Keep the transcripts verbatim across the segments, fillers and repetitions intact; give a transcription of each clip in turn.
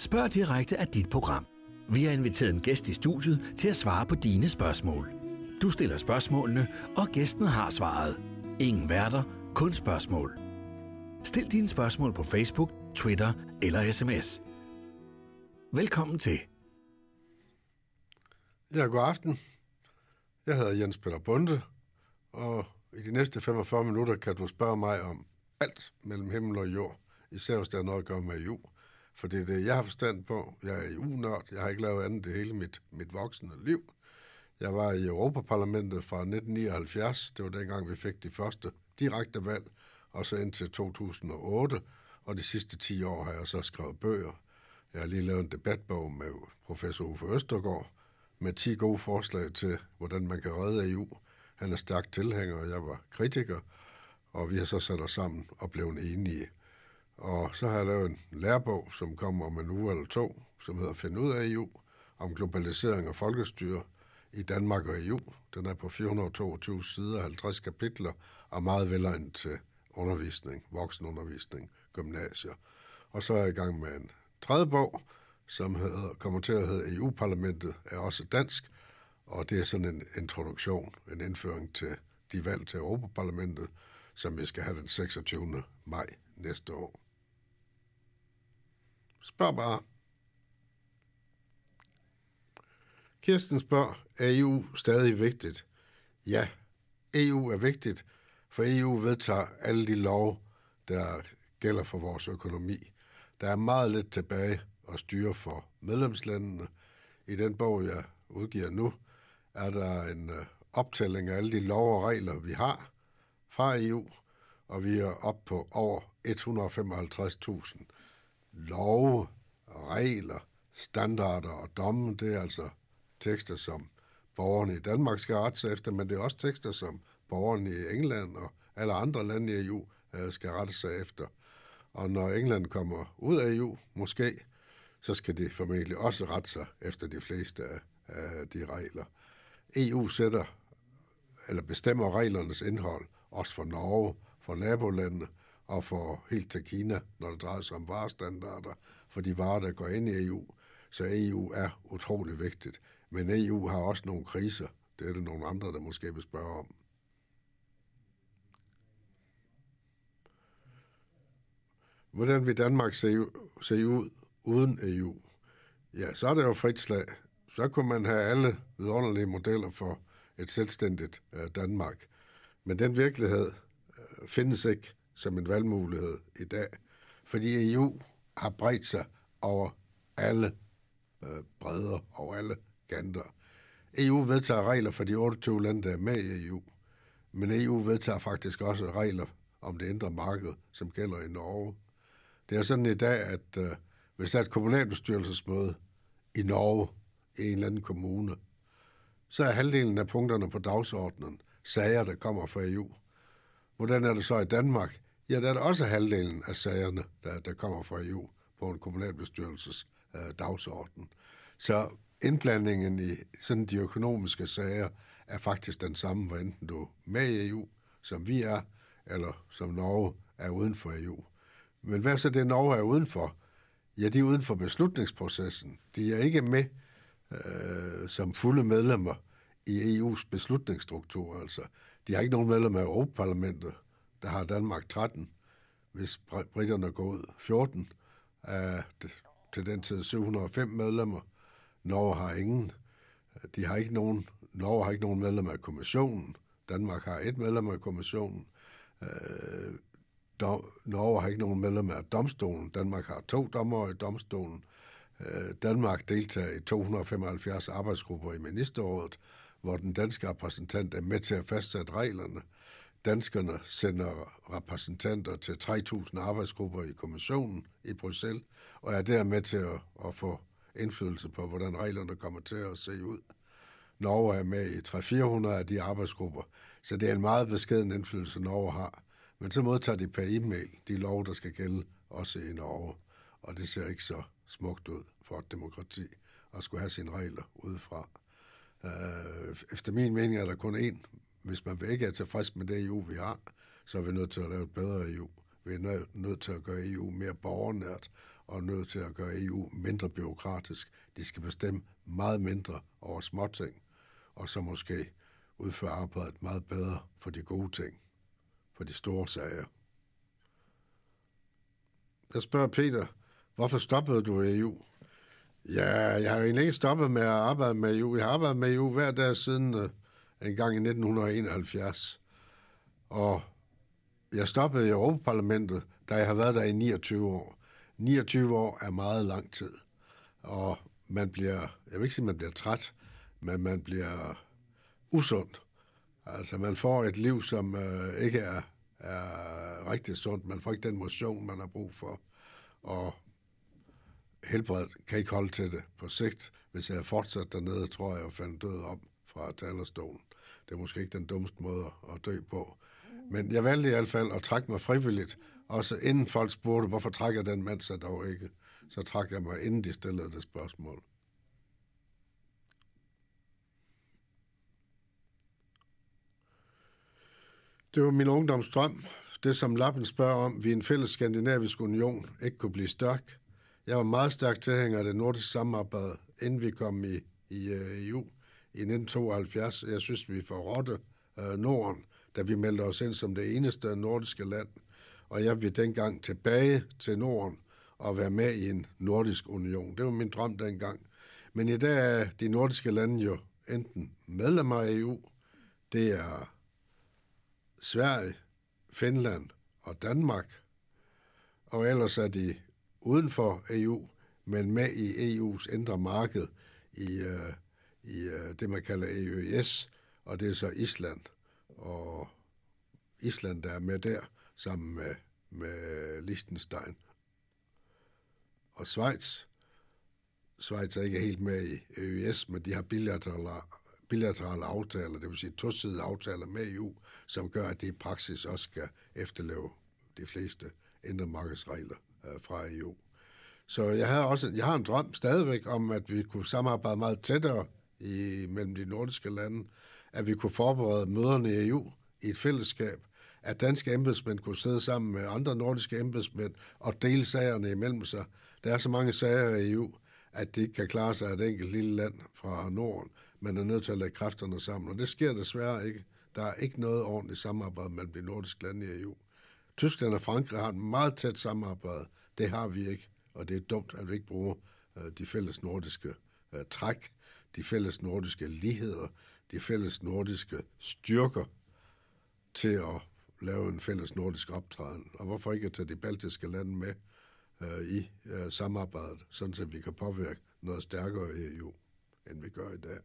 Spørg direkte af dit program. Vi har inviteret en gæst i studiet til at svare på dine spørgsmål. Du stiller spørgsmålene, og gæsten har svaret. Ingen værter, kun spørgsmål. Stil dine spørgsmål på Facebook, Twitter eller sms. Velkommen til. Ja, god aften. Jeg hedder Jens Peter Bonde, og i de næste femogfyrre minutter kan du spørge mig om alt mellem himmel og jord, især hvis der er noget at gøre med E U. For det er det, jeg har forstand på. Jeg er E U-nørd. Jeg har ikke lavet andet det hele mit, mit voksne liv. Jeg var i Europaparlamentet fra nitten nioghalvfjerds. Det var dengang, vi fik de første direkte valg, og så indtil to tusind og otte. Og de sidste ti år har jeg så skrevet bøger. Jeg har lige lavet en debatbog med professor Uffe Østergaard, med ti gode forslag til, hvordan man kan redde E U. Han er stærk tilhænger, og jeg var kritiker, og vi har så sat os sammen og blevet enige. Og så har jeg lavet en lærebog, som kommer om en uge eller to, som hedder Find ud af E U, om globalisering og folkestyre i Danmark og E U. Den er på fire hundrede og toogtyve sider, halvtreds kapitler, og meget velegnet til undervisning, voksenundervisning, gymnasier. Og så er jeg i gang med en tredje bog, som hedder, kommer til at hedde E U-parlamentet, er også dansk, og det er sådan en introduktion, en indføring til de valg til Europaparlamentet, som vi skal have den seksogtyvende maj næste år. Spørg bare. Kirsten spørger, er E U stadig vigtigt? Ja, E U er vigtigt, for E U vedtager alle de love, der gælder for vores økonomi. Der er meget lidt tilbage at styre for medlemslandene. I den bog, jeg udgiver nu, er der en optælling af alle de love og regler, vi har fra E U, og vi er oppe på over et hundrede og femoghalvtreds tusind love, regler, standarder og domme. Det er altså tekster, som borgerne i Danmark skal rette sig efter, men det er også tekster, som borgerne i England og alle andre lande i E U skal rette sig efter. Og når England kommer ud af E U, måske, så skal de formentlig også rette sig efter de fleste af de regler. E U sætter eller bestemmer reglernes indhold, også for Norge, for nabolandene og for helt til Kina, når det drejer sig om varestandarder for de varer, der går ind i E U. Så E U er utrolig vigtigt. Men E U har også nogle kriser. Det er det nogle andre, der måske vil spørge om. Hvordan vil Danmark se, se ud uden E U? Ja, så er det jo frit slag. Så kunne man have alle vidunderlige modeller for et selvstændigt uh, Danmark. Men den virkelighed uh, findes ikke som en valgmulighed i dag, fordi E U har bredt sig over alle uh, bredder og alle kanter. E U vedtager regler for de otteogtyve lande, der er med i E U, men E U vedtager faktisk også regler om det indre marked, som gælder i Norge. Det er sådan i dag, at uh, hvis der er et kommunalbestyrelsesmøde i Norge, i en eller anden kommune, så er halvdelen af punkterne på dagsordenen sager, der kommer fra E U. Hvordan er det så i Danmark? Ja, der er det også halvdelen af sagerne, der, der kommer fra E U på en kommunalbestyrelses uh, dagsorden. Så indblandingen i sådan de økonomiske sager er faktisk den samme, hvad enten du er med i E U, som vi er, eller som Norge er uden for E U. Men hvad så det, Norge er udenfor? Ja, de er uden for beslutningsprocessen. De er ikke med øh, som fulde medlemmer i E U's beslutningsstruktur. Altså, de har ikke nogen medlemmer af Europaparlamentet. Der har Danmark tretten, hvis britterne går ud fjorten. Af, til den tid syv hundrede og fem medlemmer. Norge har ingen. De har ikke nogen, Norge har ikke nogen medlemmer af kommissionen. Danmark har et medlem af kommissionen. Øh, Norge har ikke nogen medlemmer af domstolen. Danmark har to dommere i domstolen. Danmark deltager i to hundrede og femoghalvfjerds arbejdsgrupper i ministerrådet, hvor den danske repræsentant er med til at fastsætte reglerne. Danskerne sender repræsentanter til tre tusind arbejdsgrupper i kommissionen i Bruxelles, og er der med til at, at få indflydelse på, hvordan reglerne kommer til at se ud. Norge er med i tre hundrede til fire hundrede af de arbejdsgrupper, så det er en meget beskeden indflydelse, Norge har. Men så modtager de per e-mail de lov, der skal gælde også i Norge, og det ser ikke så smukt ud for et demokrati at skulle have sine regler udefra. Efter min mening er der kun én. Hvis man ikke er tilfreds med det E U, vi har, så er vi nødt til at lave et bedre E U. Vi er nødt til at gøre E U mere borgernært og nødt til at gøre E U mindre byråkratisk. De skal bestemme meget mindre over småting, og så måske udføre arbejdet meget bedre for de gode ting, for de store sager. Der spørger Peter, hvorfor stoppede du E U? Ja, jeg har jo egentlig ikke stoppet med at arbejde med E U. Jeg har arbejdet med E U hver dag siden uh, en gang i nitten enoghalvfjerds. Og jeg stoppede i Europaparlamentet, da jeg har været der i niogtyve år. niogtyve år er meget lang tid. Og man bliver, jeg vil ikke sige, man bliver træt, men man bliver usund. Altså, man får et liv, som uh, ikke er, er rigtig sundt. Man får ikke den motion, man har brug for. Og helbredet kan ikke holde til det på sigt. Hvis jeg havde fortsat dernede, tror jeg, jeg fandt død om fra talerstolen. Det er måske ikke den dummeste måde at dø på. Men jeg valgte i hvert fald at trække mig frivilligt. Også inden folk spurgte, hvorfor trækker den mand sig dog ikke, så trak jeg mig, inden de stillede det spørgsmål. Det var min ungdomsdrøm. Det, som Lappen spørger om, vi en fælles skandinavisk union ikke kunne blive stærk. Jeg var meget stærk tilhænger af det nordiske samarbejde, inden vi kom i, i E U i nitten tooghalvfjerds. Jeg synes, vi forrådte øh, Norden, da vi meldte os ind som det eneste nordiske land. Og jeg ville dengang tilbage til Norden og være med i en nordisk union. Det var min drøm dengang. Men i dag er de nordiske lande jo enten medlemmer af E U, det er Sverige, Finland og Danmark, og ellers er de uden for E U, men med i E U's indre marked i, uh, i uh, det, man kalder E Ø S, og det er så Island. Og Island, der er med der, sammen med, med Liechtenstein. Og Schweiz, Schweiz er ikke helt med i E Ø S, men de har bilaterale, bilaterale aftaler, det vil sige tosidige aftaler med E U, som gør, at de i praksis også skal efterleve de fleste indre markedsregler uh, fra E U. Så jeg, havde også, jeg har en drøm stadigvæk om, at vi kunne samarbejde meget tættere i, mellem de nordiske lande, at vi kunne forberede møderne i E U i et fællesskab, at danske embedsmænd kunne sidde sammen med andre nordiske embedsmænd og dele sagerne imellem sig. Der er så mange sager i E U, at det ikke kan klare sig af et enkelt lille land fra Norden, men er nødt til at lægge kræfterne sammen, og det sker desværre ikke. Der er ikke noget ordentligt samarbejde mellem de nordiske lande i E U. Tyskland og Frankrig har et meget tæt samarbejde. Det har vi ikke, og det er dumt, at vi ikke bruger uh, de fælles nordiske uh, træk, de fælles nordiske ligheder, de fælles nordiske styrker til at lave en fælles nordisk optræden. Og hvorfor ikke tage de baltiske lande med uh, i uh, samarbejdet, sådan så vi kan påvirke noget stærkere i E U, end vi gør i dag.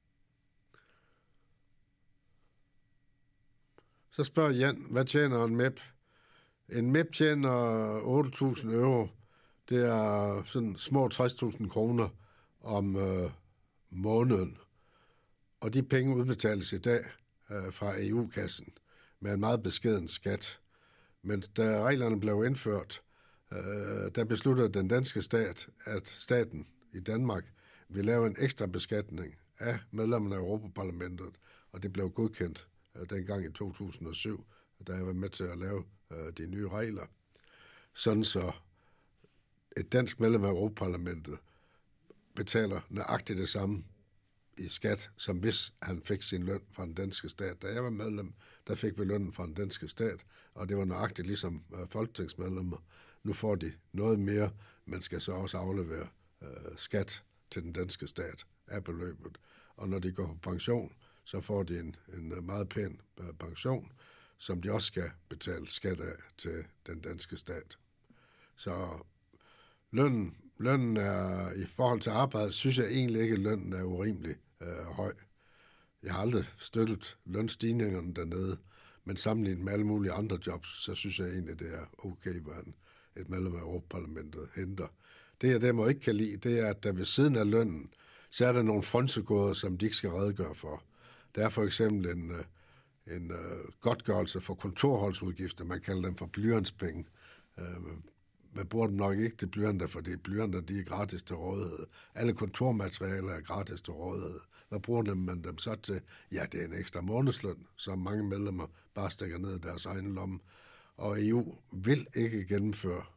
Så spørger Jan, hvad tjener en M E P? En M E P tjener otte tusind euro. Det er sådan små tres tusind kroner om øh, måneden. Og de penge udbetales i dag øh, fra E U-kassen med en meget beskeden skat. Men da reglerne blev indført, øh, der besluttede den danske stat, at staten i Danmark vil lave en ekstra beskatning af medlemmerne af Europaparlamentet, og det blev godkendt øh, dengang i to tusind og syv, da jeg var med til at lave øh, de nye regler. Sådan så et dansk medlem af Europaparlamentet betaler nøjagtigt det samme i skat, som hvis han fik sin løn fra den danske stat. Da jeg var medlem, der fik vi lønnen fra den danske stat, og det var nøjagtigt ligesom uh, folketingsmedlemmer. Nu får de noget mere, men skal så også aflevere uh, skat til den danske stat af beløbet. Og når de går på pension, så får de en, en meget pæn uh, pension, som de også skal betale skat af til den danske stat. Så lønnen, lønnen er, i forhold til arbejde, synes jeg egentlig ikke, at lønnen er urimelig øh, høj. Jeg har aldrig støttet lønstigningerne dernede, men sammenlignet med alle mulige andre jobs, så synes jeg egentlig, det er okay, hvad et medlem af Europaparlamentet henter. Det, jeg derimod ikke kan lide, det er, at der ved siden af lønnen, så er der nogle frynsegoder, som de ikke skal redegøre for. Der er for eksempel en, en uh, godtgørelse for kontorholdsudgifter, man kalder dem for blyantspenge. Uh, Man bruger dem nok ikke til blyanter, for det er blyanter, de er gratis til rådighed. Alle kontormaterialer er gratis til rådighed. Hvad bruger man dem så til? Ja, det er en ekstra månedsløn, som mange medlemmer bare stikker ned i deres egen lomme. Og E U vil ikke gennemføre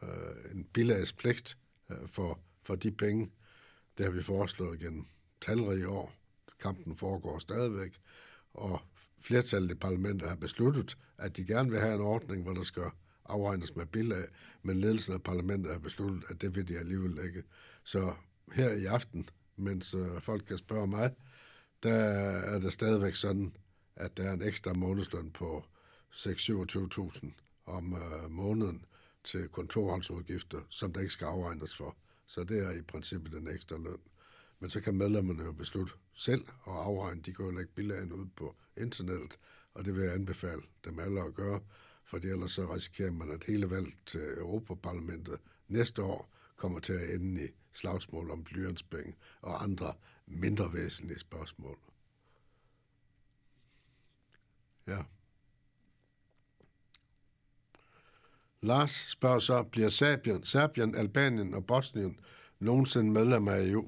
øh, en bilagspligt øh, for, for de penge. Det har vi foreslået gennem talrige år. Kampen foregår stadigvæk, og flertallet i parlamentet har besluttet, at de gerne vil have en ordning, hvor der skal afregnes med bilag, men ledelsen af parlamentet har besluttet, at det vil de alligevel ikke. Så her i aften, mens øh, folk kan spørge mig, der er det stadigvæk sådan, at der er en ekstra månedsløn på seks til syvogtyve tusind om øh, måneden til kontorholdsudgifter, som der ikke skal afregnes for. Så det er i princippet en ekstra løn. Men så kan medlemmerne jo beslutte selv at afregne. De kan jo lægge bilagene ud på internettet, og det vil jeg anbefale dem alle at gøre, for ellers så risikerer man, at hele valget til Europaparlamentet næste år kommer til at ende i slagsmål om blyantspenge og andre mindre væsentlige spørgsmål. Ja. Lars spørger så, bliver Serbien, Serbien, Albanien og Bosnien nogensinde medlem af E U?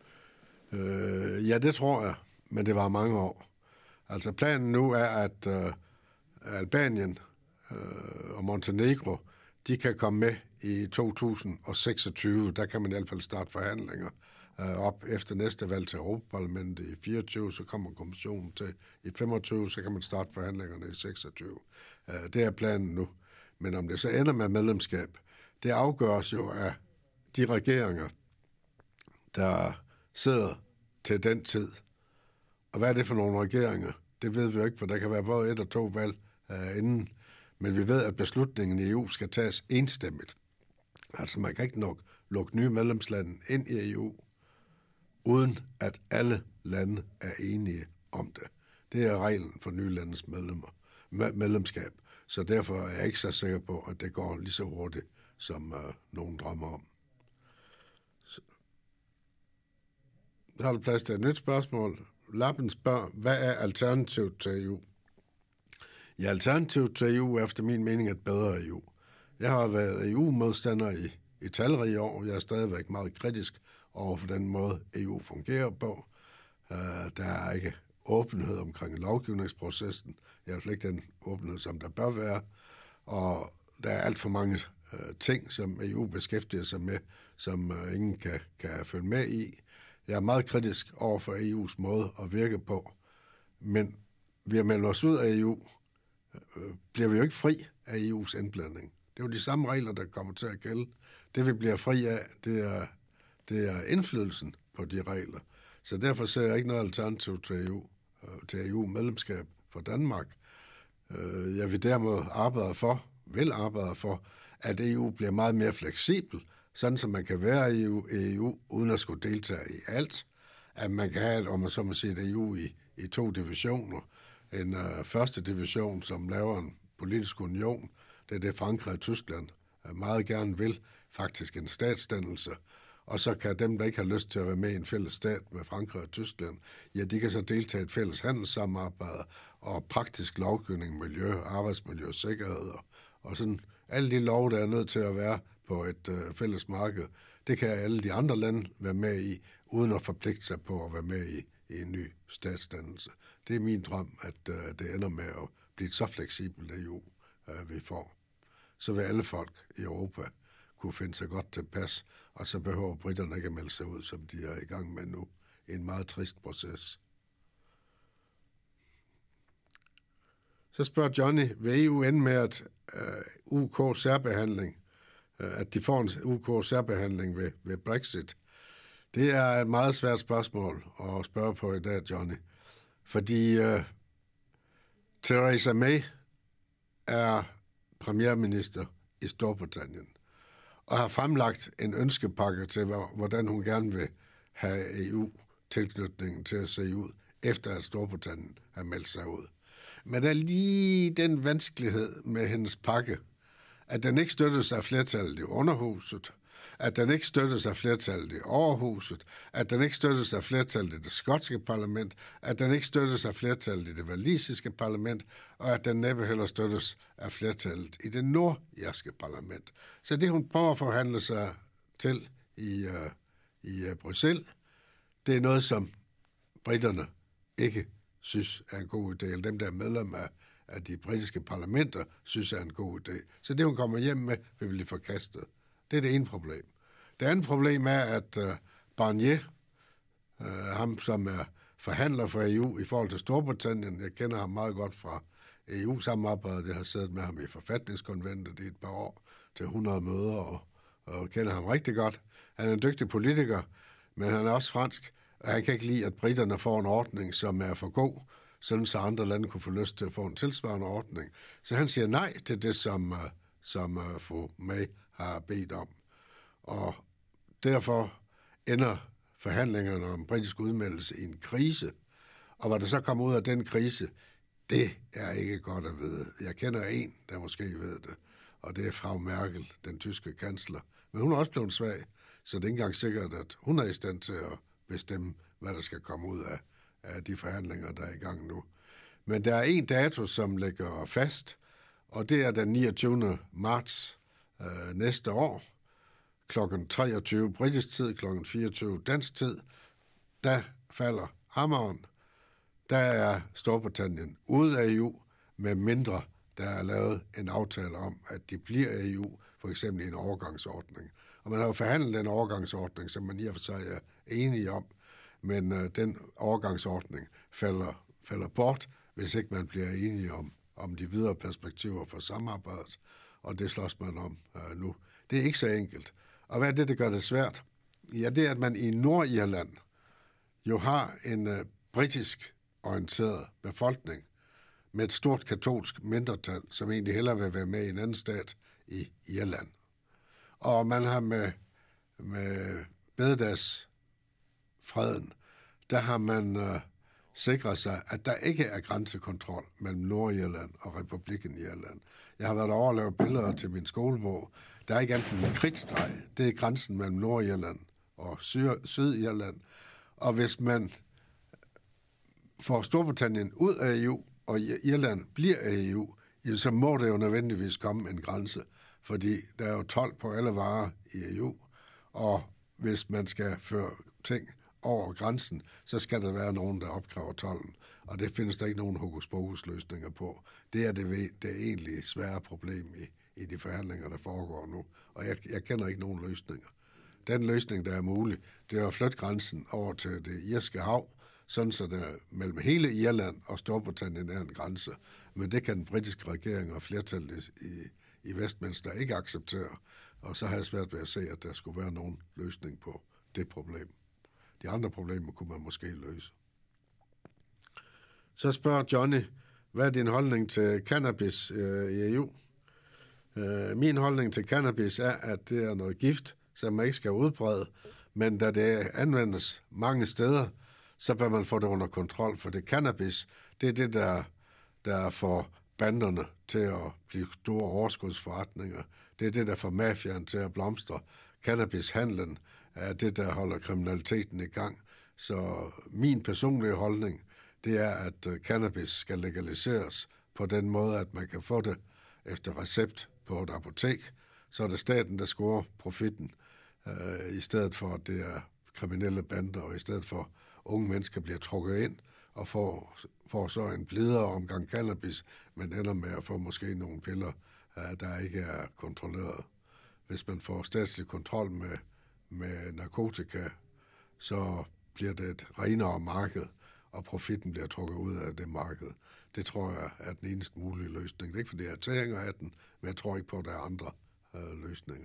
Øh, ja, det tror jeg, men det var mange år. Altså planen nu er, at øh, Albanien øh, og Montenegro, de kan komme med i to tusind seksogtyve. Der kan man i hvert fald starte forhandlinger øh, op efter næste valg til Europaparlamentet i fireogtyve, så kommer kommissionen til i femogtyve, så kan man starte forhandlingerne i seksogtyve. Øh, det er planen nu. Men om det så ender med medlemskab, det afgøres jo af de regeringer, der sidder til den tid. Og hvad er det for nogle regeringer? Det ved vi jo ikke, for der kan være både et og to valg uh, inden. Men vi ved, at beslutningen i E U skal tages enstemmigt. Altså man kan ikke nok lukke nye medlemslande ind i E U, uden at alle lande er enige om det. Det er reglen for nye landes medlemmer, med, medlemskab. Så derfor er jeg ikke så sikker på, at det går lige så hurtigt, som uh, nogen drømmer om. Så har du plads til et nyt spørgsmål. Lappen spørger, hvad er alternativet til E U? Ja, alternativet til E U er efter min mening et bedre E U. Jeg har været E U-modstander i, i talrige år. Jeg er stadigvæk meget kritisk over for den måde, E U fungerer på. Uh, der er ikke åbenhed omkring lovgivningsprocessen. I hvert fald ikke den åbenhed, som der bør være. Og der er alt for mange uh, ting, som E U beskæftiger sig med, som uh, ingen kan, kan følge med i. Jeg er meget kritisk over for E U's måde at virke på. Men ved at melde os ud af E U, uh, bliver vi jo ikke fri af E U's indblanding. Det er jo de samme regler, der kommer til at gælde. Det vi bliver fri af, det er, det er indflydelsen på de regler. Så derfor ser jeg ikke noget alternativ til E U, til E U-medlemskab for Danmark. Jeg vil dermed arbejde for, vil arbejde for, at E U bliver meget mere fleksibel, sådan som man kan være i E U, uden at skulle deltage i alt. At man kan have, om man så må sige, et E U i, i to divisioner. En uh, første division, som laver en politisk union, det er det Frankrig og Tyskland meget gerne vil, faktisk en statsdannelse. Og så kan dem, der ikke har lyst til at være med i en fælles stat med Frankrig og Tyskland, ja, de kan så deltage i et fælles handelssamarbejde og praktisk lovgivning, miljø, arbejdsmiljø, sikkerhed og, og sådan alle de lov, der er nødt til at være på et øh, fælles marked. Det kan alle de andre lande være med i, uden at forpligte sig på at være med i, i en ny statsdannelse. Det er min drøm, at øh, det ender med at blive så fleksibelt E U, øh, vi får. Så vil alle folk i Europa kunne finde sig godt tilpas, og så behøver britterne ikke at melde sig ud, som de er i gang med nu. En meget trist proces. Så spørger Johnny, vil E U ende med at uh, U K-særbehandling, uh, at de får en U K-særbehandling ved, ved Brexit? Det er et meget svært spørgsmål at spørge på i dag, Johnny. Fordi uh, Theresa May er premierminister i Storbritannien, og har fremlagt en ønskepakke til, hvordan hun gerne vil have E U-tilknytningen til at se ud, efter at Storbritannien har meldt sig ud. Men der er lige den vanskelighed med hendes pakke, at den ikke støttes af flertallet i underhuset, at den ikke støttes af flertallet i overhuset, at den ikke støttes af flertallet i det skotske parlament, at den ikke støttes af flertallet i det walisiske parlament, og at den næppe heller støttes af flertallet i det nordirske parlament. Så det, hun prøver at forhandle sig til i, uh, i uh, Bruxelles, det er noget, som britterne ikke synes er en god idé, eller dem, der er medlem af, af de britiske parlamenter, synes er en god idé. Så det, hun kommer hjem med, vil blive forkastet Det er det ene problem. Det andet problem er, at uh, Barnier, uh, ham som er forhandler for E U i forhold til Storbritannien, jeg kender ham meget godt fra E U-samarbejdet, jeg har siddet med ham i forfatningskonventet i et par år til hundrede møder, og, og kender ham rigtig godt. Han er en dygtig politiker, men han er også fransk, og han kan ikke lide, at britterne får en ordning, som er for god, sådan så andre lande kunne få lyst til at få en tilsvarende ordning. Så han siger nej til det, som, som uh, fru May har bedt om. Og derfor ender forhandlingerne om britisk udmeldelse i en krise. Og hvad der så kommer ud af den krise, det er ikke godt at vide. Jeg kender en, der måske ved det, og det er Frau Merkel, den tyske kansler. Men hun er også blevet svag, så det er ikke engang sikkert, at hun er i stand til at bestemme, hvad der skal komme ud af, af de forhandlinger, der er i gang nu. Men der er en dato, som ligger fast, og det er den niogtyvende marts øh, næste år, klokken treogtyve britisk tid, klokken fireogtyve dansk tid. Der falder hammeren. Der er Storbritannien ude af E U, med mindre der er lavet en aftale om, at de bliver af E U, for eksempel i en overgangsordning. Og man har jo forhandlet en overgangsordning, som man i og for sig er enige om, men øh, den overgangsordning falder, falder bort, hvis ikke man bliver enige om, om de videre perspektiver for samarbejdet, og det slås man om øh, nu. Det er ikke så enkelt. Og hvad er det, der gør det svært? Ja, det er, at man i Nordirland jo har en øh, britisk orienteret befolkning med et stort katolsk mindretal, som egentlig hellere vil være med i en anden stat i Irland. Og man har med, med bededagsfreden, der har man øh, sikret sig, at der ikke er grænsekontrol mellem Nordirland og Republikken Irland. Jeg har været over og lavet billeder til min skolebog. Der er ikke andet end en kridtstreg. Det er grænsen mellem Nordirland og Syd- Sydirland. Og hvis man får Storbritannien ud af E U, og Irland bliver af E U, så må det jo nødvendigvis komme en grænse, fordi der er jo told på alle varer i E U, og hvis man skal føre ting over grænsen, så skal der være nogen, der opkræver tolden, og det findes der ikke nogen hokus-pokus-løsninger på. Det er det, det er egentlig svære problem i, i de forhandlinger, der foregår nu, og jeg, jeg kender ikke nogen løsninger. Den løsning, der er mulig, det er at flytte grænsen over til det irske hav, sådan så der mellem hele Irland og Storbritannien er en grænse. Men det kan den britiske regering og flertallet i, i Westminster ikke acceptere. Og så har jeg svært ved at se, at der skulle være nogen løsning på det problem. De andre problemer kunne man måske løse. Så spørger Johnny, hvad er din holdning til cannabis øh, i E U? Øh, min holdning til cannabis er, at det er noget gift, som man ikke skal udbrede, men da det anvendes mange steder, så bør man få det under kontrol, for det cannabis, det er det, der, der får banderne til at blive store overskudsforretninger. Det er det, der får mafiaen til at blomstre. Cannabishandlen er det, der holder kriminaliteten i gang. Så min personlige holdning, det er, at cannabis skal legaliseres på den måde, at man kan få det efter recept på et apotek. Så er det staten, der scorer profitten, øh, i stedet for, at det er kriminelle bander, og i stedet for unge mennesker bliver trukket ind og får, får så en blidere omgang cannabis, men ender med at få måske nogle piller, der ikke er kontrolleret. Hvis man får statslig kontrol med, med narkotika, så bliver det et renere marked, og profitten bliver trukket ud af det marked. Det tror jeg er den eneste mulige løsning. Det er ikke, fordi jeg er tilhænger af den, men jeg tror ikke på, at der er andre øh, løsninger.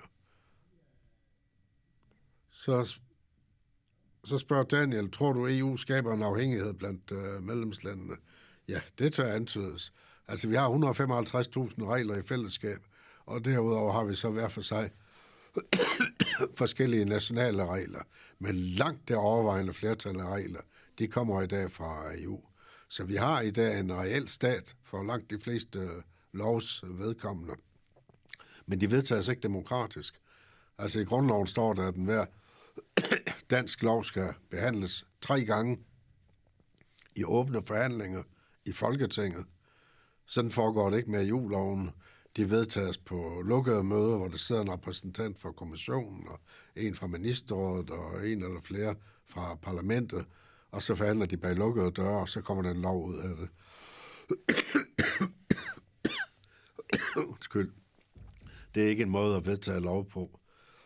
Så Så spørger Daniel, tror du E U skaber en afhængighed blandt øh, medlemslandene? Ja, det tør antydes. Altså, vi har et hundrede og femoghalvtreds tusind regler i fællesskab, og derudover har vi så hver for sig forskellige nationale regler. Men langt det overvejende flertal af regler, de kommer i dag fra E U. Så vi har i dag en reel stat for langt de fleste øh, lovs vedkommende. Men de vedtages ikke demokratisk. Altså, i grundloven står der, at den hver dansk lov skal behandles tre gange i åbne forhandlinger i Folketinget. Sådan foregår det ikke med E U-loven. De vedtages på lukkede møder, hvor der sidder en repræsentant fra kommissionen, og en fra ministerrådet, og en eller flere fra parlamentet, og så forhandler de bag lukkede døre, og så kommer der en lov ud af det. Undskyld. Det er ikke en måde at vedtage lov på.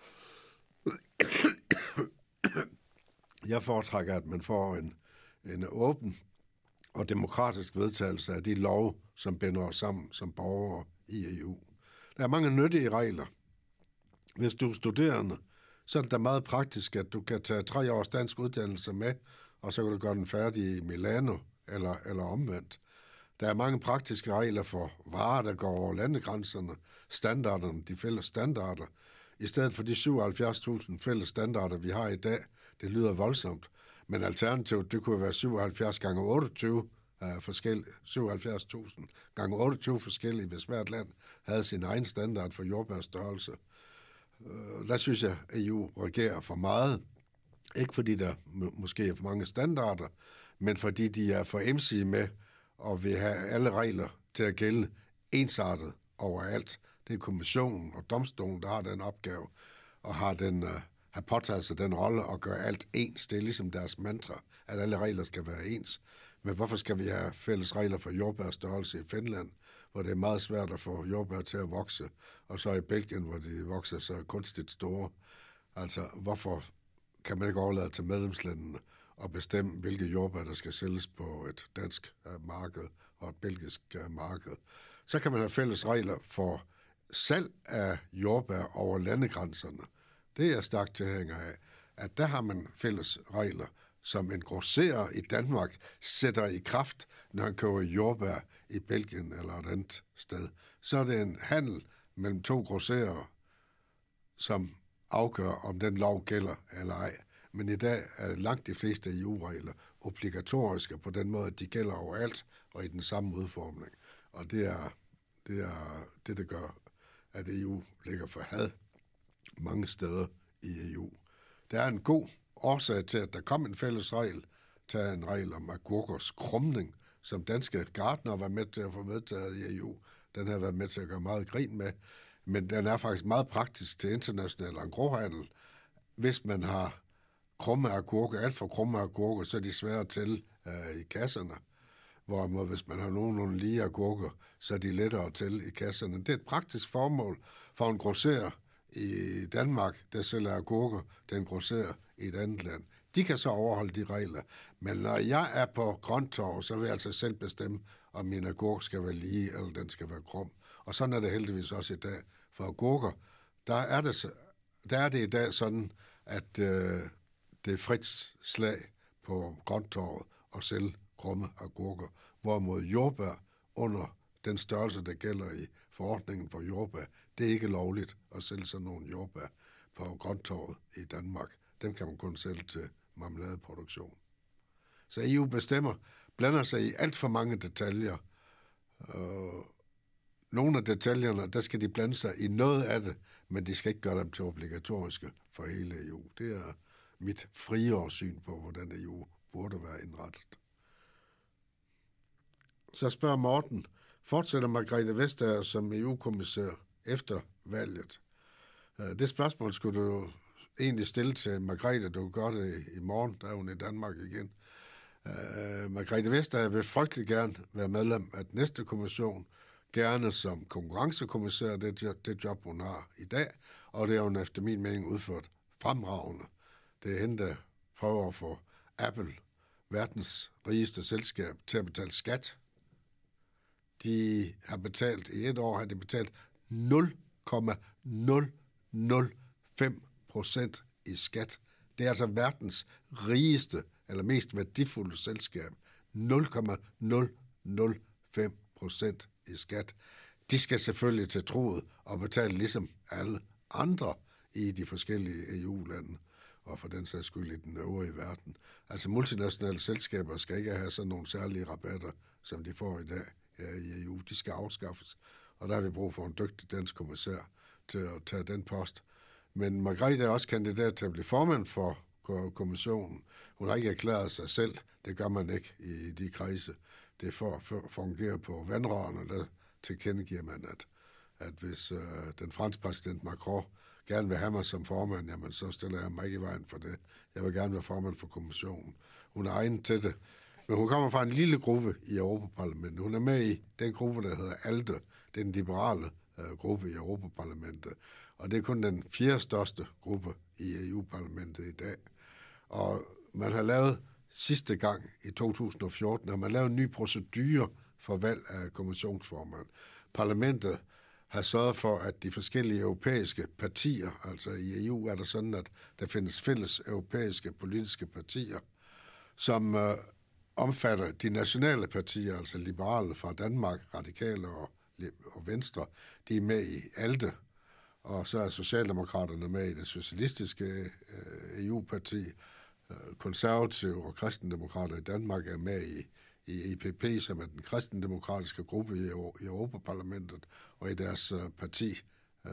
Jeg foretrækker, at man får en, en åben og demokratisk vedtagelse af de love, som binder os sammen som borgere i E U. Der er mange nyttige regler. Hvis du er studerende, så er det da meget praktisk, at du kan tage tre års dansk uddannelse med, og så kan du gøre den færdig i Milano eller, eller omvendt. Der er mange praktiske regler for varer, der går over landegrænserne, standarderne, de fælles standarder. I stedet for de syvoghalvfjerds tusind fælles standarder, vi har i dag, det lyder voldsomt, men alternativet, det kunne være syvoghalvfjerds gange otteogtyve uh, forskellige, syvoghalvfjerds tusind gange otteogtyve forskellige, hvis hvert land havde sin egen standard for jordbærstørrelse. Uh, der synes jeg, at E U regerer for meget. Ikke fordi der må, måske er for mange standarder, men fordi de er for emsige med og vil have alle regler til at gælde ensartet overalt. Det er kommissionen og domstolen, der har den opgave, og har, den, uh, har påtaget sig den rolle at gøre alt ens. Det er ligesom deres mantra, at alle regler skal være ens. Men hvorfor skal vi have fælles regler for jordbærstørrelse i Finland, hvor det er meget svært at få jordbær til at vokse, og så i Belgien, hvor de vokser så kunstigt store? Altså, hvorfor kan man ikke overlade til medlemslandene og bestemme, hvilke jordbær, der skal sælges på et dansk uh, marked og et belgisk uh, marked? Så kan man have fælles regler for salg af jordbær over landegrænserne. Det er jeg stærkt tilhænger af, at der har man fælles regler, som en grosserer i Danmark sætter i kraft, når han køber jordbær i Belgien eller et andet sted. Så er det en handel mellem to grosserer, som afgør, om den lov gælder eller ej. Men i dag er langt de fleste E U-regler obligatoriske på den måde, at de gælder overalt og i den samme udformning. Og det er det, er det der gør, at E U ligger for had mange steder i E U. Der er en god årsag til, at der kom en fælles regel, til en regel om agurkers krumning, som danske gartnere var med til at få vedtaget i E U. Den har været med til at gøre meget grin med, men den er faktisk meget praktisk til international engroshandel. Hvis man har krumme agurker, alt for krumme agurker, så er de svære til uh, i kasserne. Hvorimod hvis man har nogenlunde lige agurker, så er de lettere til i kasserne. Det er et praktisk formål for en grosserer i Danmark, der sælger agurker, den grosserer i et andet land. De kan så overholde de regler. Men når jeg er på grønttorv, så vil jeg altså selv bestemme, om min agurk skal være lige, eller den skal være krum. Og sådan er det heldigvis også i dag. For agurker, der er det, der er det i dag sådan, at øh, det er frit slag på grønttorvet og sælge krumme agurker. Hvorimod jordbær under den størrelse, der gælder i forordningen for jordbær, det er ikke lovligt at sælge sådan nogle jordbær på grønttorvet i Danmark. Dem kan man kun sælge til marmeladeproduktion. Så E U bestemmer, blander sig i alt for mange detaljer. Uh, nogle af detaljerne, der skal de blande sig i noget af det, men de skal ikke gøre dem til obligatoriske for hele E U. Det er mit friere syn på, hvordan E U burde være indrettet. Så spørger Morten, fortsætter Margrethe Vestager som E U-kommissær efter valget? Det spørgsmål skulle du egentlig stille til Margrethe, du gør det i morgen, der er hun i Danmark igen. Margrethe Vestager vil frygtelig gerne være medlem af den næste kommission, gerne som konkurrencekommissær, det, det job, hun har i dag, og det er hun efter min mening udført fremragende. Det er hende, der prøver at få Apple, verdens rigeste selskab, til at betale skat. De har betalt, i et år har de betalt nul komma nul nul fem procent i skat. Det er altså verdens rigeste, eller mest værdifulde selskab. nul komma nul nul fem procent i skat. De skal selvfølgelig til troet og betale ligesom alle andre i de forskellige E U-lande, og for den sags skyld i den øvrige verden. Altså multinationale selskaber skal ikke have sådan nogle særlige rabatter, som de får i dag her i E U. De skal afskaffes, og der har vi brug for en dygtig dansk kommissær til at tage den post. Men Margrethe er også kandidat til at blive formand for kommissionen. Hun har ikke erklæret sig selv. Det gør man ikke i de kredse. Det for, for fungere på vandrørene, der tilkendegiver man, at, at hvis øh, den franske præsident Macron gerne vil have mig som formand, jamen så stiller jeg mig ikke i vejen for det. Jeg vil gerne være formand for kommissionen. Hun er egen til det. Men hun kommer fra en lille gruppe i Europaparlamentet. Hun er med i den gruppe, der hedder ALDE. Det er den liberale øh, gruppe i Europaparlamentet. Og det er kun den fjerde største gruppe i E U-parlamentet i dag. Og man har lavet sidste gang i to tusind og fjorten, har man lavet en ny procedure for valg af kommissionsformand. Parlamentet har sørget for, at de forskellige europæiske partier, altså i E U er der sådan, at der findes fælles europæiske politiske partier, som øh, omfatter de nationale partier, altså liberale fra Danmark, radikale og, og venstre, de er med i ALDE, og så er Socialdemokraterne med i det socialistiske øh, E U-parti, øh, konservative og kristendemokrater i Danmark er med i i E P P, som er den kristendemokratiske gruppe i, i Europaparlamentet, og i deres uh, parti, uh,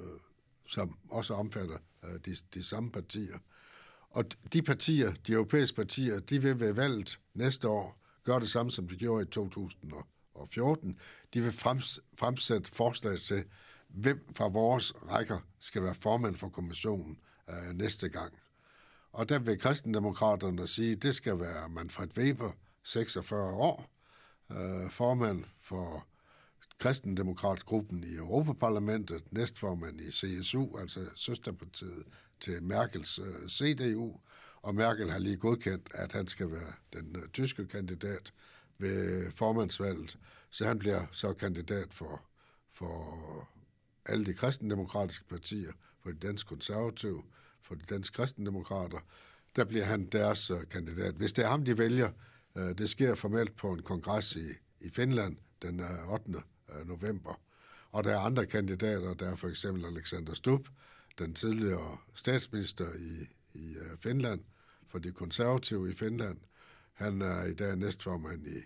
som også omfatter uh, de, de samme partier. Og de partier, de europæiske partier, de vil ved valget næste år gøre det samme, som de gjorde i to tusind og fjorten. De vil frems, fremsætte forslag til, hvem fra vores rækker skal være formand for kommissionen uh, næste gang. Og der vil kristendemokraterne sige, at det skal være Manfred Weber, seksogfyrre år, øh, formand for kristendemokratgruppen i Europaparlamentet, næstformand i C S U, altså søsterpartiet til Merkels øh, C D U, og Merkel har lige godkendt, at han skal være den øh, tyske kandidat ved formandsvalget, så han bliver så kandidat for, for alle de kristendemokratiske partier, for de danske konservative, for de danske kristendemokrater, der bliver han deres øh, kandidat. Hvis det er ham, de vælger, det sker formelt på en kongres i, i Finland den ottende november. Og der er andre kandidater, der er for eksempel Alexander Stubb, den tidligere statsminister i, i Finland, for de konservative i Finland. Han er i dag næstformand i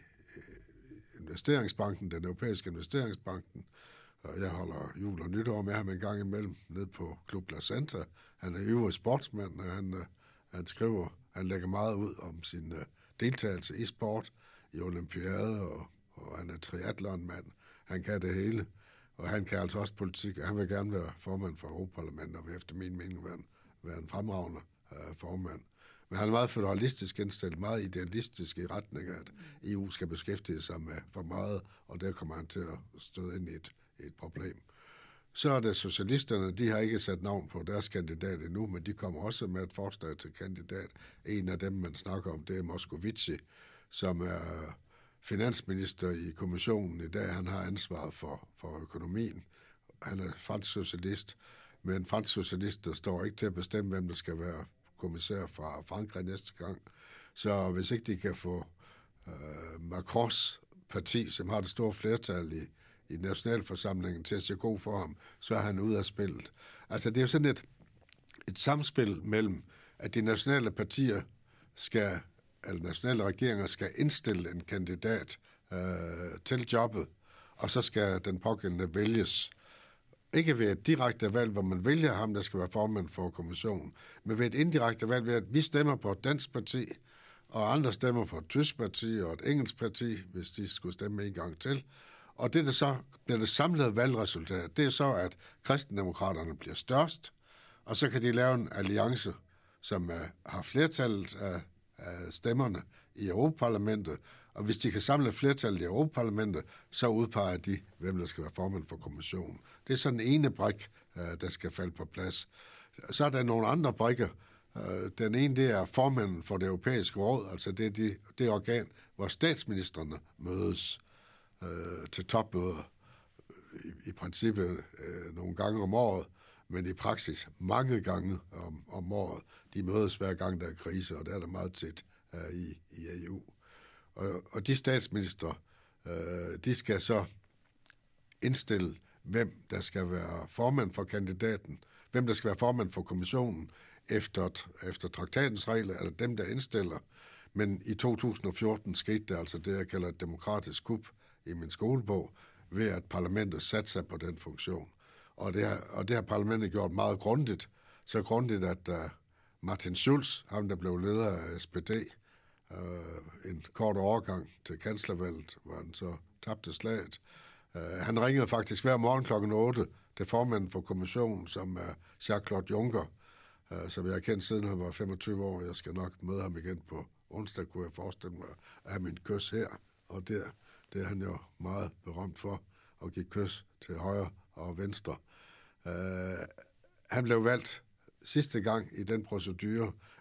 Investeringsbanken, den europæiske investeringsbanken. Og jeg holder jul og nytår med ham en gang imellem ned på Club La Santa. Han er øvrig sportsmand, og han, han skriver, han lægger meget ud om sin deltagelse i sport, i olympiade, og, og han er triathlonmand. Han kan det hele, og han kan altså også politik, og han vil gerne være formand for Europaparlamentet, og vil efter min mening være en, være en fremragende uh, formand. Men han er meget federalistisk indstillet, meget idealistisk i retning af, at E U skal beskæftige sig med for meget, og der kommer han til at støde ind i et, et problem. Så er det socialisterne, de har ikke sat navn på deres kandidat endnu, men de kommer også med et forslag til kandidat. En af dem, man snakker om, det er Moscovici, som er finansminister i kommissionen i dag. Han har ansvaret for, for økonomien. Han er fransk socialist, men fransk socialist, der står ikke til at bestemme, hvem der skal være kommissær fra Frankrig næste gang. Så hvis ikke de kan få øh, Macrons parti, som har det store flertal i i nationalforsamlingen til at se god for ham, så er han ude af spillet. Altså det er jo sådan et, et samspil mellem, at de nationale partier skal, eller nationale regeringer skal indstille en kandidat øh, til jobbet, og så skal den pågældende vælges. Ikke ved et direkte valg, hvor man vælger ham, der skal være formand for kommissionen, men ved et indirekte valg ved, at vi stemmer på et dansk parti, og andre stemmer på et tysk parti og et engelsk parti, hvis de skulle stemme en gang til. Og det, der så bliver det samlede valgresultat, det er så, at kristendemokraterne bliver størst, og så kan de lave en alliance, som uh, har flertallet af, af stemmerne i Europaparlamentet, og hvis de kan samle flertallet i Europaparlamentet, så udpeger de, hvem der skal være formand for kommissionen. Det er sådan en ene brik, uh, der skal falde på plads. Så er der nogle andre brikker. Uh, den ene, det er formanden for det europæiske råd, altså det er de, det organ, hvor statsministrene mødes til topmøder i, i princippet øh, nogle gange om året, men i praksis mange gange om, om året. De mødes hver gang, der er krise, og der er der meget tæt øh, i, i E U. Og, og de statsminister, øh, de skal så indstille, hvem der skal være formand for kandidaten, hvem der skal være formand for kommissionen efter, efter traktatens regler, eller dem, der indstiller. Men i to tusind og fjorten skete der altså det, jeg kalder et demokratisk kup i min skolebog, ved at parlamentet satte sig på den funktion. Og det har, og det har parlamentet gjort meget grundigt. Så grundigt, at uh, Martin Schulz, ham der blev leder af S P D, uh, en kort overgang til kanslervalget, hvor han så tabte slaget. Uh, han ringede faktisk hver morgen klokken otte til formanden for kommissionen, som er Jacques-Claude Juncker, uh, som jeg har kendt siden han var femogtyve år. Jeg skal nok møde ham igen på onsdag, kunne jeg forestille mig, at have min kys her. Og der, det er han jo meget berømt for, at give kys til højre og venstre. Uh, han blev valgt sidste gang i den procedure,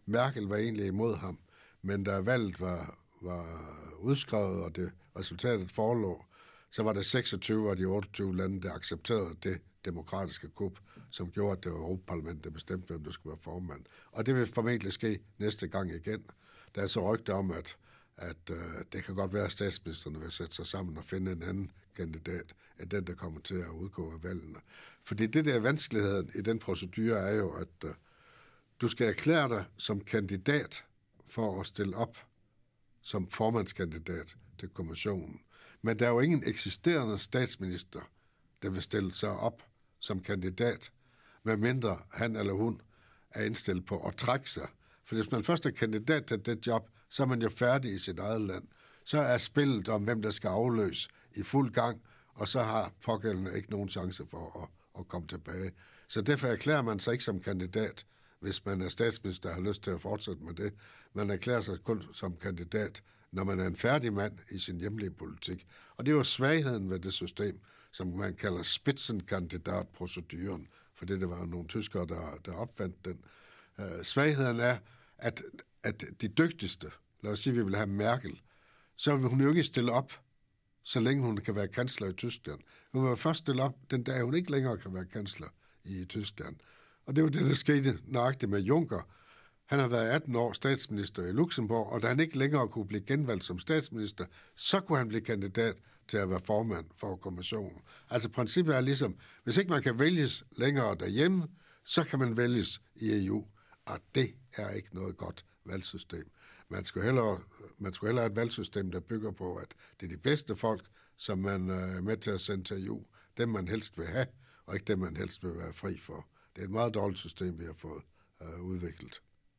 Merkel var egentlig imod ham, men da valget var, var udskrevet, og det resultatet forelå, så var det seksogtyve af de otteogtyve lande, der accepterede det demokratiske kup, som gjorde, at det var Europaparlamentet, der bestemte, hvem der skulle være formand. Og det vil formentlig ske næste gang igen. Der er så rygter om, at, at uh, det kan godt være, at statsministerne vil sætte sig sammen og finde en anden kandidat, end den, der kommer til at udgå af valgene. Fordi det der vanskeligheden i den procedure er jo, at uh, du skal erklære dig som kandidat for at stille op som formandskandidat til kommissionen. Men der er jo ingen eksisterende statsminister, der vil stille sig op som kandidat, medmindre han eller hun er indstillet på at trække sig. For hvis man først er kandidat til det job, så er man jo færdig i sit eget land. Så er spillet om, hvem der skal afløse, i fuld gang, og så har pågældende ikke nogen chance for at, at komme tilbage. Så derfor erklærer man sig ikke som kandidat, hvis man er statsminister og har lyst til at fortsætte med det. Man erklærer sig kun som kandidat, når man er en færdig mand i sin hjemlige politik. Og det er jo svagheden ved det system, som man kalder spitzenkandidatproceduren, for det, det var nogle tyskere, der, der opfandt den. Uh, svagheden er, at, at de dygtigste, lad os sige, at vi vil have Merkel, så vil hun jo ikke stille op, så længe hun kan være kansler i Tyskland. Hun vil først stille op, den dag hun ikke længere kan være kansler i Tyskland. Og det var det, der skete nøjagtigt med Juncker. Han har været atten år statsminister i Luxembourg, og da han ikke længere kunne blive genvalgt som statsminister, så kunne han blive kandidat til at være formand for kommissionen. Altså princippet er ligesom, hvis ikke man kan vælges længere derhjemme, så kan man vælges i E U, og det er ikke noget godt valgsystem. Man skulle hellere, man skulle hellere have et valgsystem, der bygger på, at det er de bedste folk, som man er med til at sende til E U, dem man helst vil have, og ikke dem man helst vil være fri for. Det er et meget dårligt system, vi har fået uh, udviklet.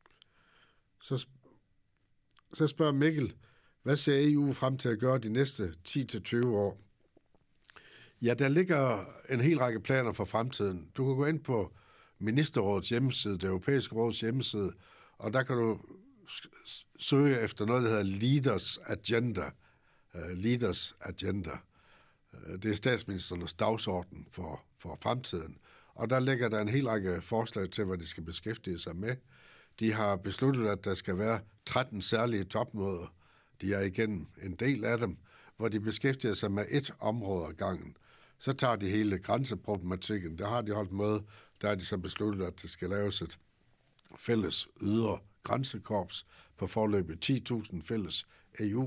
Så, så spørger Mikkel, hvad ser E U frem til at gøre de næste ti til tyve år? Ja, der ligger en hel række planer for fremtiden. Du kan gå ind på Ministerrådets hjemmeside, det europæiske råds hjemmeside, og der kan du søge efter noget, der hedder Leaders Agenda. Uh, Leaders Agenda. Uh, det er statsministernes dagsorden for, for fremtiden. Og der ligger der en hel række forslag til, hvad de skal beskæftige sig med. De har besluttet, at der skal være tretten særlige topmøder. De er igen en del af dem, hvor de beskæftiger sig med et område ad gangen. Så tager de hele grænseproblematikken. Der har de holdt møde, der har de så besluttet, at der skal laves et fælles ydre grænsekorps på forløbet ti tusind fælles E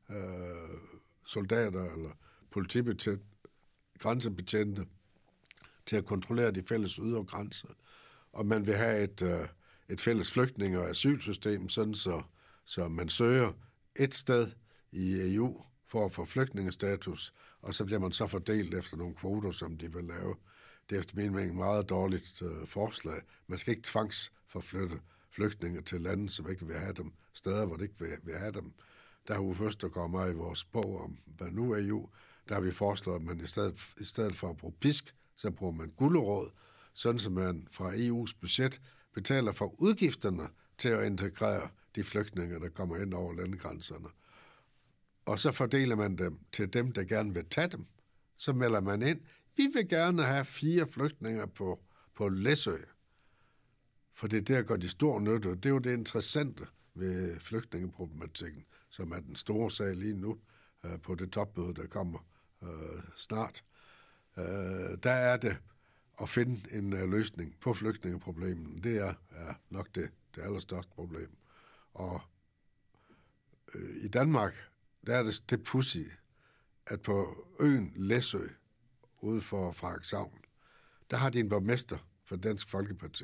U-soldater øh, eller politibetjente, grænsebetjente til at kontrollere de fælles ydre grænser. Og man vil have et, øh, et fælles flygtninge- og asylsystem, sådan så, så man søger et sted i E U for at få flygtningestatus, og så bliver man så fordelt efter nogle kvoter, som de vil lave. Det er efter min mening meget dårligt øh, forslag. Man skal ikke tvangsforflytte flygtninge til lande, som ikke vil have dem, steder, hvor de ikke vil, vil have dem. Der har Uffe Østergaard meget i vores bog om, hvad nu er E U, der har vi foreslået, at man i stedet, i stedet for at bruge pisk, så bruger man gulerod, sådan som man fra E U's budget betaler for udgifterne til at integrere de flygtninge, der kommer ind over landegrænserne. Og så fordeler man dem til dem, der gerne vil tage dem. Så melder man ind, vi vil gerne have fire flygtninge på, på Læsø. For det der går de stor nytte. Det er jo det interessante ved flygtningeproblematikken, som er den store sag lige nu øh, på det topmøde, der kommer øh, snart. Øh, der er det at finde en uh, løsning på flygtningeproblemet. Det er, er nok det, det allerstørste problem. Og øh, i Danmark, der er det, det pudsige, at på øen Læsø, ude for Frederikshavn, der har de en borgmester for Dansk Folkeparti.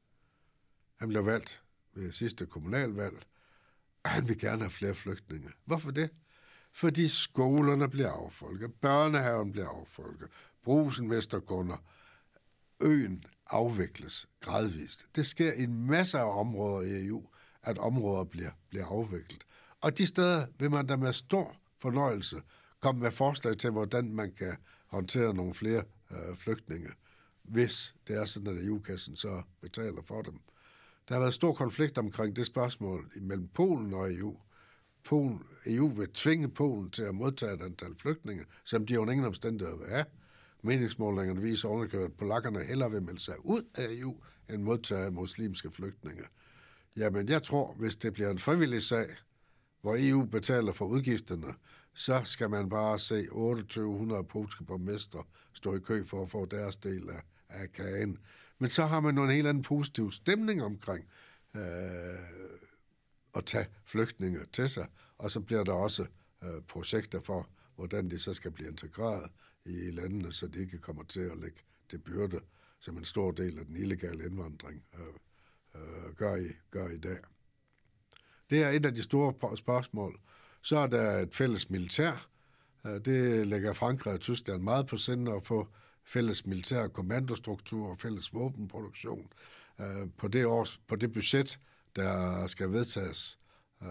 Han blev valgt ved sidste kommunalvalg, og han vil gerne have flere flygtninge. Hvorfor det? Fordi skolerne bliver affolket, børnehaven bliver affolket, Brugsen mister kunder, øen afvikles gradvist. Det sker i en masse af områder i E U, at områder bliver, bliver afviklet. Og de steder vil man da med stor fornøjelse komme med forslag til, hvordan man kan håndtere nogle flere øh, flygtninge, hvis det er sådan, at E U-kassen så betaler for dem. Der har været stor konflikt omkring det spørgsmål mellem Polen og E U. Polen, E U vil tvinge Polen til at modtage et antal flygtninge, som de jo ingen omstændigheder vil have. Meningsmålingerne viser underkørt, at polakkerne hellere vil melde sig ud af E U, end modtage muslimske flygtninge. Jamen, jeg tror, hvis det bliver en frivillig sag, hvor E U betaler for udgifterne, så skal man bare se to tusind otte hundrede polske borgmestre stå i kø for at få deres del af, af kagen. Men så har man nogle helt anden positiv stemning omkring øh, at tage flygtninge til sig, og så bliver der også øh, projekter for, hvordan de så skal blive integreret i landene, så de ikke kommer til at lægge det byrde, som en stor del af den illegale indvandring øh, øh, gør, i, gør i dag. Det er et af de store spørgsmål. Så er der et fælles militær. Det lægger Frankrig og Tyskland meget på sinde at få fælles militær kommandostruktur og fælles våbenproduktion. På det, års, på det budget, der skal vedtages øh,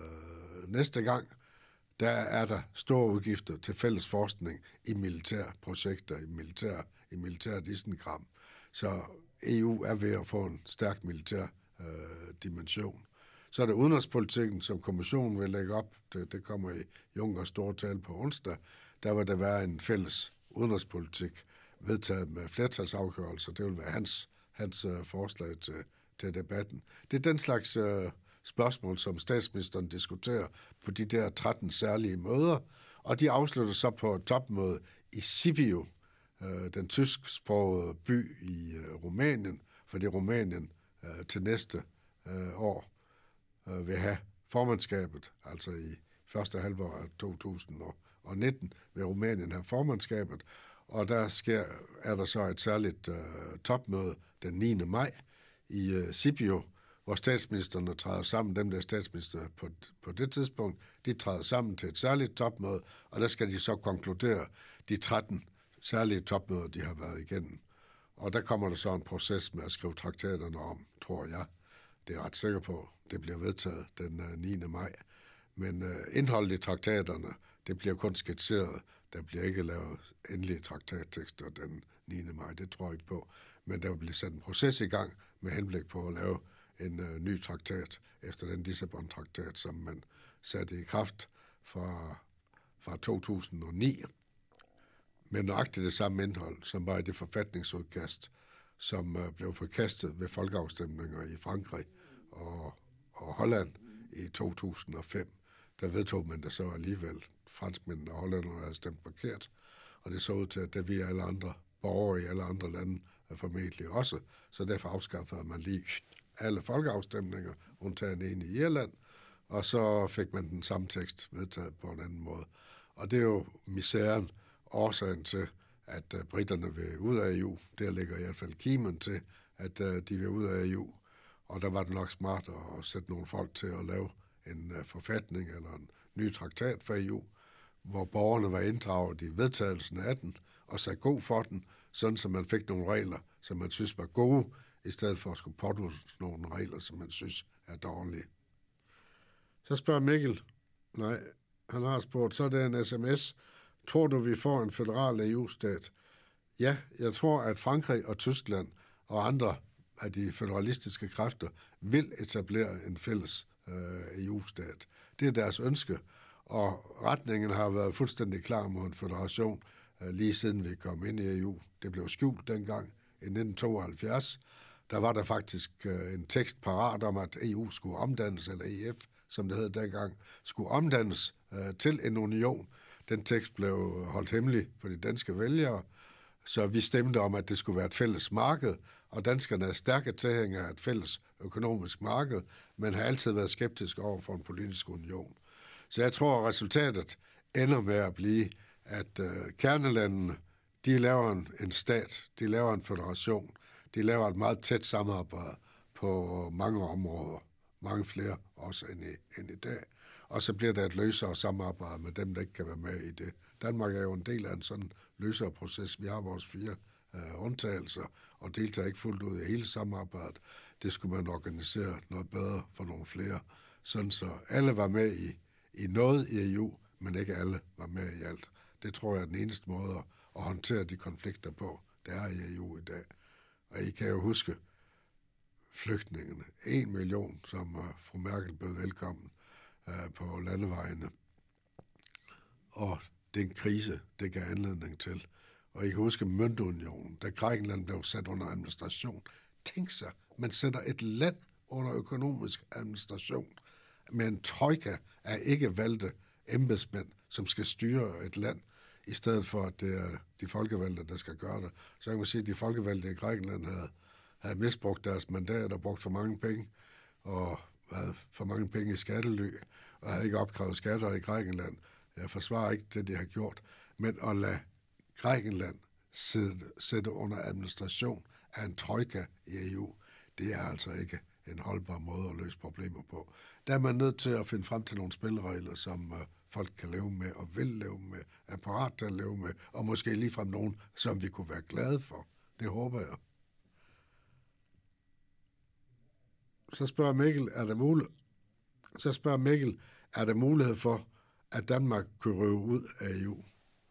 næste gang, der er der store udgifter til fælles forskning i militære projekter, i militær, i militært isenkram. Så E U er ved at få en stærk militær øh, dimension. Så er det udenrigspolitikken, som kommissionen vil lægge op. Det, det kommer i Junckers store tale på onsdag. Der vil der være en fælles udenrigspolitik vedtaget med flertalsafgørelser. Det vil være hans, hans uh, forslag til, til debatten. Det er den slags uh, spørgsmål, som statsministeren diskuterer på de der tretten særlige møder. Og de afslutter så på et topmøde i Sibiu, uh, den tysksprogede by i uh, Rumænien, fordi Rumænien uh, til næste uh, år vil have formandskabet, altså i første halvår af to tusind nitten vil Rumænien have formandskabet, og der sker, er der så et særligt uh, topmøde den niende maj i uh, Sibiu, hvor statsministerne træder sammen, dem der er statsminister på, på det tidspunkt, de træder sammen til et særligt topmøde, og der skal de så konkludere de tretten særlige topmøder, de har været igennem. Og der kommer der så en proces med at skrive traktaterne om, tror jeg. Det er jeg ret sikker på, det bliver vedtaget den niende maj. Men uh, indholdet i traktaterne, det bliver kun skitseret. Der bliver ikke lavet endelige traktattekster den niende maj, det tror jeg ikke på. Men der vil blive sat en proces i gang med henblik på at lave en uh, ny traktat efter den Lissabon-traktat, som man satte i kraft fra, fra to tusind og ni. Men nøjagtigt det samme indhold, som var i det forfatningsudkast, som uh, blev forkastet ved folkeafstemninger i Frankrig og, og Holland i to tusind og fem. Der vedtog man det så alligevel. Franskmændene og hollænderne havde stemt forkert, og det så ud til, at det vi alle andre borgere i alle andre lande formentlig også. Så derfor afskaffede man lige alle folkeafstemninger, undtagen en i Irland, og så fik man den samme tekst vedtaget på en anden måde. Og det er jo misæren, årsagen til, at uh, britterne vil ud af E U. Der ligger i hvert fald kimen til, at uh, de vil ud af E U. Og der var det nok smart at sætte nogle folk til at lave en uh, forfatning eller en ny traktat for E U, hvor borgerne var inddraget i vedtagelsen af den, og sagde god for den, sådan så man fik nogle regler, som man synes var gode, i stedet for at skulle pådutte nogle regler, som man synes er dårlige. Så spørger Mikkel, nej, han har spurgt, så er det en sms. Tror du, vi får en federal E U-stat? Ja, jeg tror, at Frankrig og Tyskland og andre af de federalistiske kræfter vil etablere en fælles øh, E U-stat. Det er deres ønske, og retningen har været fuldstændig klar mod en federation øh, lige siden vi kom ind i E U. Det blev skjult dengang i nitten tooghalvfjerds. Der var der faktisk øh, en tekst parat om, at E U skulle omdannes, eller E F, som det hed dengang, skulle omdannes øh, til en union. Den tekst blev holdt hemmelig for de danske vælgere, så vi stemte om, at det skulle være et fælles marked, og danskerne er stærke tilhængere af et fælles økonomisk marked, men har altid været skeptiske over for en politisk union. Så jeg tror, at resultatet ender med at blive, at øh, kernelandene, de laver en, en stat, de laver en federation, de laver et meget tæt samarbejde på mange områder, mange flere også end i, end i dag. Og så bliver der et løsere samarbejde med dem, der ikke kan være med i det. Danmark er jo en del af en sådan løsere proces. Vi har vores fire uh, undtagelser, og deltager ikke fuldt ud i hele samarbejdet. Det skulle man organisere noget bedre for nogle flere, sådan så alle var med i, i noget i E U, men ikke alle var med i alt. Det tror jeg er den eneste måde at håndtere de konflikter på, der er i E U i dag. Og I kan jo huske flygtningene. En million, som uh, fru Merkel bød velkommen uh, på landevejene. Og den krise, det gav anledning til. Og I kan huske møntunionen, da Grækenland blev sat under administration. Tænk sig, man sætter et land under økonomisk administration med en trojka af ikke valgte embedsmænd, som skal styre et land, i stedet for, at det er de folkevalgte, der skal gøre det. Så jeg må sige, at de folkevalgte i Grækenland havde, havde misbrugt deres mandat og brugt for mange penge, og havde for mange penge i skattely, og havde ikke opkrævet skatter i Grækenland. Jeg forsvarer ikke det, de har gjort, men at lade Grækenland sætte, sætte under administration af en trojka i E U, det er altså ikke en holdbar måde at løse problemer på. Der er man nødt til at finde frem til nogle spilleregler, som uh, folk kan leve med og vil leve med, er parat til at leve med, og måske ligefrem nogen, som vi kunne være glade for. Det håber jeg. Så spørger Mikkel, er der mulighed, så spørger Mikkel, er der mulighed for, at Danmark kunne røve ud af E U?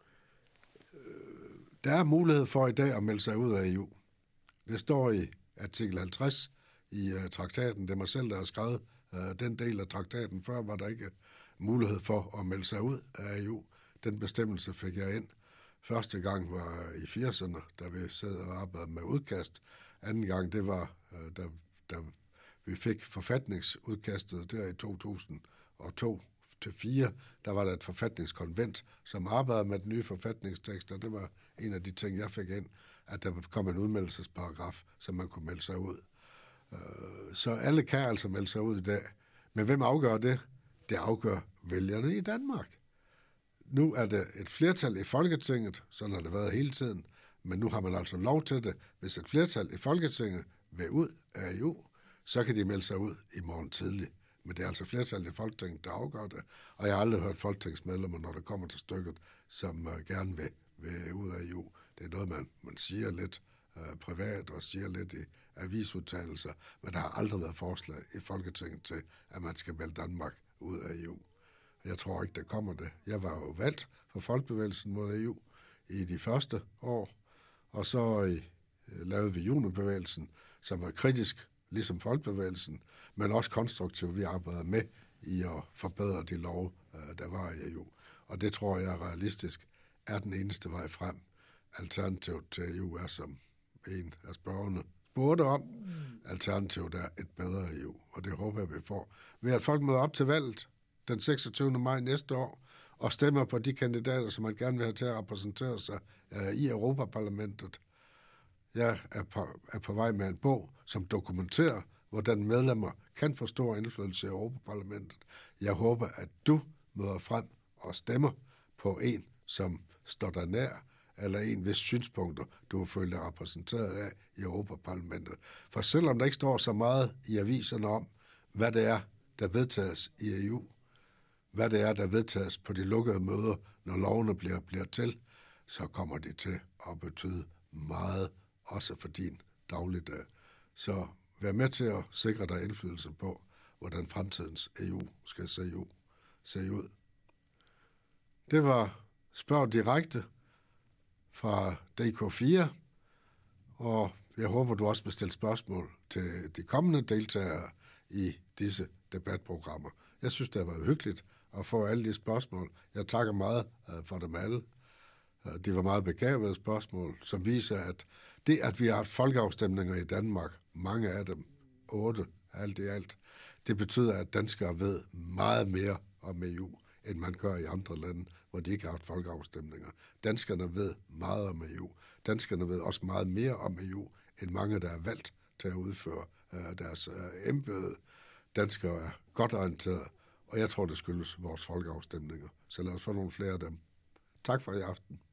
Der er mulighed for i dag at melde sig ud af E U. Det står i artikel halvtreds i uh, traktaten. Det er mig selv, der har skrevet uh, den del af traktaten. Før var der ikke mulighed for at melde sig ud af E U. Den bestemmelse fik jeg ind. Første gang var i firserne, da vi sad og arbejdede med udkast. Anden gang, det var, uh, da, da vi fik forfatningsudkastet der i to tusind og to til fire, der var der et forfatningskonvent, som arbejdede med den nye forfatningstekst, og det var en af de ting, jeg fik ind, at der kom en udmeldelsesparagraf, som man kunne melde sig ud. Så alle kan altså melde sig ud i dag. Men hvem afgør det? Det afgør vælgerne i Danmark. Nu er det et flertal i Folketinget, sådan har det været hele tiden, men nu har man altså lov til det. Hvis et flertal i Folketinget vil ud af E U, så kan de melde sig ud i morgen tidlig. Men det er altså flertal i Folketinget, der afgør det. Og jeg har aldrig hørt folketingsmedlemmer, når det kommer til stykket, som uh, gerne vil, vil ud af E U. Det er noget, man, man siger lidt uh, privat og siger lidt i avisudtalelser, men der har aldrig været forslag i Folketinget til, at man skal melde Danmark ud af E U. Jeg tror ikke, der kommer det. Jeg var jo valgt for Folkebevægelsen mod E U i de første år, og så i, uh, lavede vi Junibevægelsen, som var kritisk, ligesom Folkebevægelsen, men også konstruktivt. Vi arbejder med i at forbedre de love, der var i E U. Og det tror jeg realistisk er den eneste vej frem. Alternativet til E U er, som en af spørgerne spurgte om, alternativet er et bedre E U, og det håber jeg, vi får. Ved at folk møder op til valget den seksogtyvende maj næste år, og stemmer på de kandidater, som man gerne vil have til at repræsentere sig i Europaparlamentet. Jeg er på, er på vej med en bog, som dokumenterer, hvordan medlemmer kan få stor indflydelse i Europaparlamentet. Jeg håber, at du møder frem og stemmer på en, som står der nær, eller en, hvis synspunkter du vil føle dig repræsenteret af i Europaparlamentet. For selvom der ikke står så meget i aviserne om, hvad det er, der vedtages i E U, hvad det er, der vedtages på de lukkede møder, når lovene bliver, bliver til, så kommer de til at betyde meget, også for din dagligdag. Så vær med til at sikre dig indflydelse på, hvordan fremtidens E U skal se ud. Se ud. Det var Spørg Direkte fra D K fire, og jeg håber, du også vil stille spørgsmål til de kommende deltagere i disse debatprogrammer. Jeg synes, det har været hyggeligt at få alle de spørgsmål. Jeg takker meget for dem alle. Det var meget begavede spørgsmål, som viser, at det, at vi har haft folkeafstemninger i Danmark, mange af dem, otte, alt i alt, det betyder, at danskere ved meget mere om E U, end man gør i andre lande, hvor de ikke har haft folkeafstemninger. Danskerne ved meget om E U. Danskerne ved også meget mere om E U, end mange, der er valgt til at udføre uh, deres uh, embede. Danskere er godt orienteret, og jeg tror, det skyldes vores folkeafstemninger. Så lad os få nogle flere af dem. Tak for i aften.